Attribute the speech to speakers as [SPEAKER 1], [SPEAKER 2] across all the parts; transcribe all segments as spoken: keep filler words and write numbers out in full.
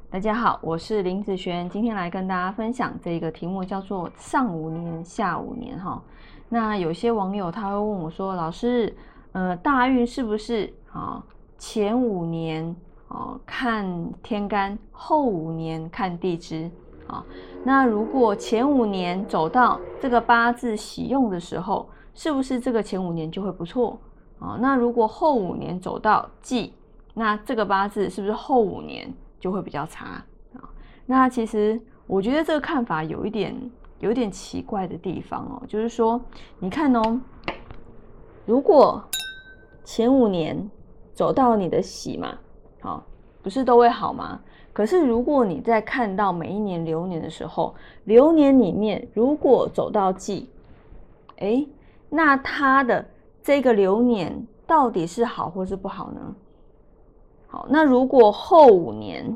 [SPEAKER 1] 大家好，我是林子璇，今天来跟大家分享这个题目叫做上五年下五年哈。那有些网友他会问我说，老师，呃，大运是不是啊前五年啊看天干，后五年看地支啊？那如果前五年走到这个八字喜用的时候，是不是这个前五年就会不错啊？那如果后五年走到忌，那这个八字是不是后五年就会比较差啊？那其实我觉得这个看法有一点有一点奇怪的地方哦，就是说，你看哦，如果前五年走到你的喜嘛，好，不是都会好吗？可是如果你在看到每一年流年的时候，流年里面如果走到忌，哎，那它的这个流年到底是好或是不好呢？好，那如果后五年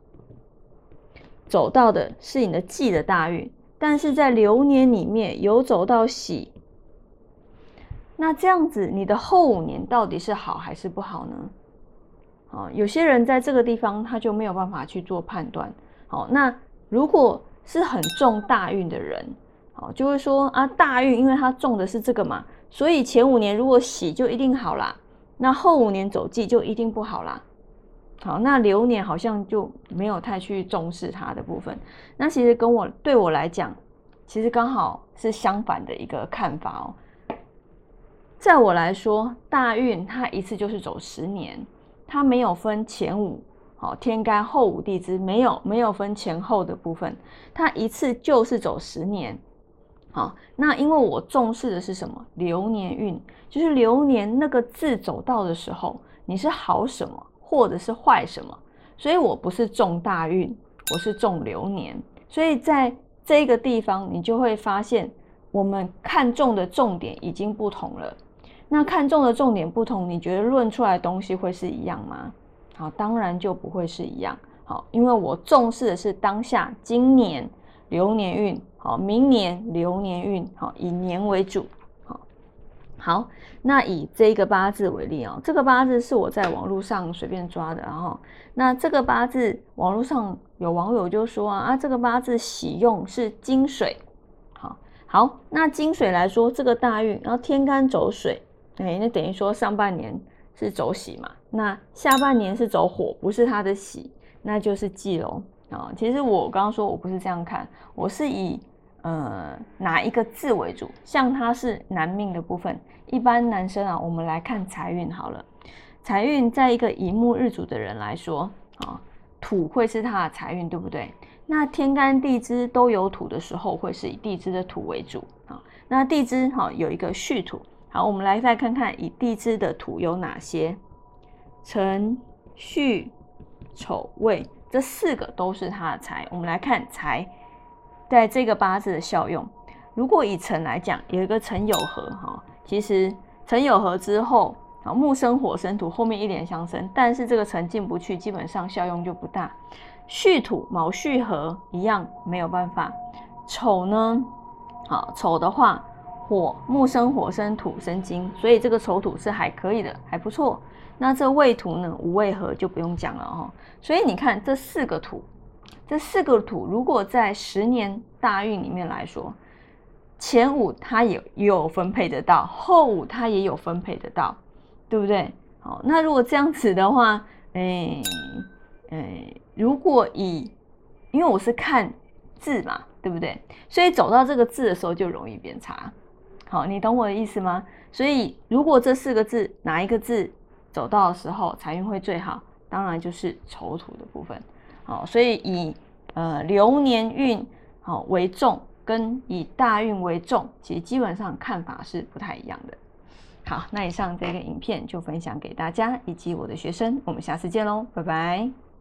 [SPEAKER 1] 走到的是你的忌的大运，但是在流年里面有走到喜，那这样子你的后五年到底是好还是不好呢？好，有些人在这个地方他就没有办法去做判断。好，那如果是很重大运的人，好，就会说啊，大运因为他中的是这个嘛，所以前五年如果喜就一定好啦，那后五年走忌就一定不好啦。好，那流年好像就没有太去重视它的部分。那其实跟我对我来讲，其实刚好是相反的一个看法哦。在我来说，大运它一次就是走十年，它没有分前五，好，天干后五地支没有没有分前后的部分，它一次就是走十年。好，那因为我重视的是什么？流年运，就是流年那个字走到的时候，你是好什么？或者是坏什么，所以我不是重大运，我是重流年。所以在这个地方，你就会发现我们看重的重点已经不同了。那看重的重点不同，你觉得论出来的东西会是一样吗？好，当然就不会是一样。好，因为我重视的是当下今年流年运，好，明年流年运，好，以年为主。好，那以这个八字为例哦，这个八字是我在网络上随便抓的，然后那这个八字网络上有网友就说啊，啊这个八字喜用是金水，好，好，那金水来说，这个大运，然后天干走水，哎，那等于说上半年是走喜嘛，那下半年是走火，不是他的喜，那就是忌咯。啊。其实我刚刚说我不是这样看，我是以呃哪一个字为主，像它是男命的部分。一般男生啊，我们来看财运好了。财运在一个乙木日主的人来说，啊，土会是他的财运，对不对？那天干地支都有土的时候，会是以地支的土为主啊。那地支哈有一个戌土，好，我们来再看看以地支的土有哪些：辰、戌、丑、未，这四个都是他的财。我们来看财在这个八字的效用。如果以辰来讲，有一个辰酉合哈。其实辰酉合之后，木生火生土，后面一连相生，但是这个辰进不去，基本上效用就不大。戌土卯戌合一样没有办法。丑呢，好，丑的话，火木生火生土生金，所以这个丑土是还可以的，还不错。那这未土呢，无未合就不用讲了哈。所以你看这四个土，这四个土如果在十年大运里面来说，前五它也也有分配得到，后五它也有分配得到，对不对？好，那如果这样子的话，诶诶，如果以因为我是看字嘛，对不对？所以走到这个字的时候就容易变差。好，你懂我的意思吗？所以如果这四个字哪一个字走到的时候财运会最好，当然就是丑土的部分。好，所以以呃流年运好为重。跟以大运为重，其实基本上看法是不太一样的。好，那以上这个影片就分享给大家以及我的学生，我们下次见喽，拜拜。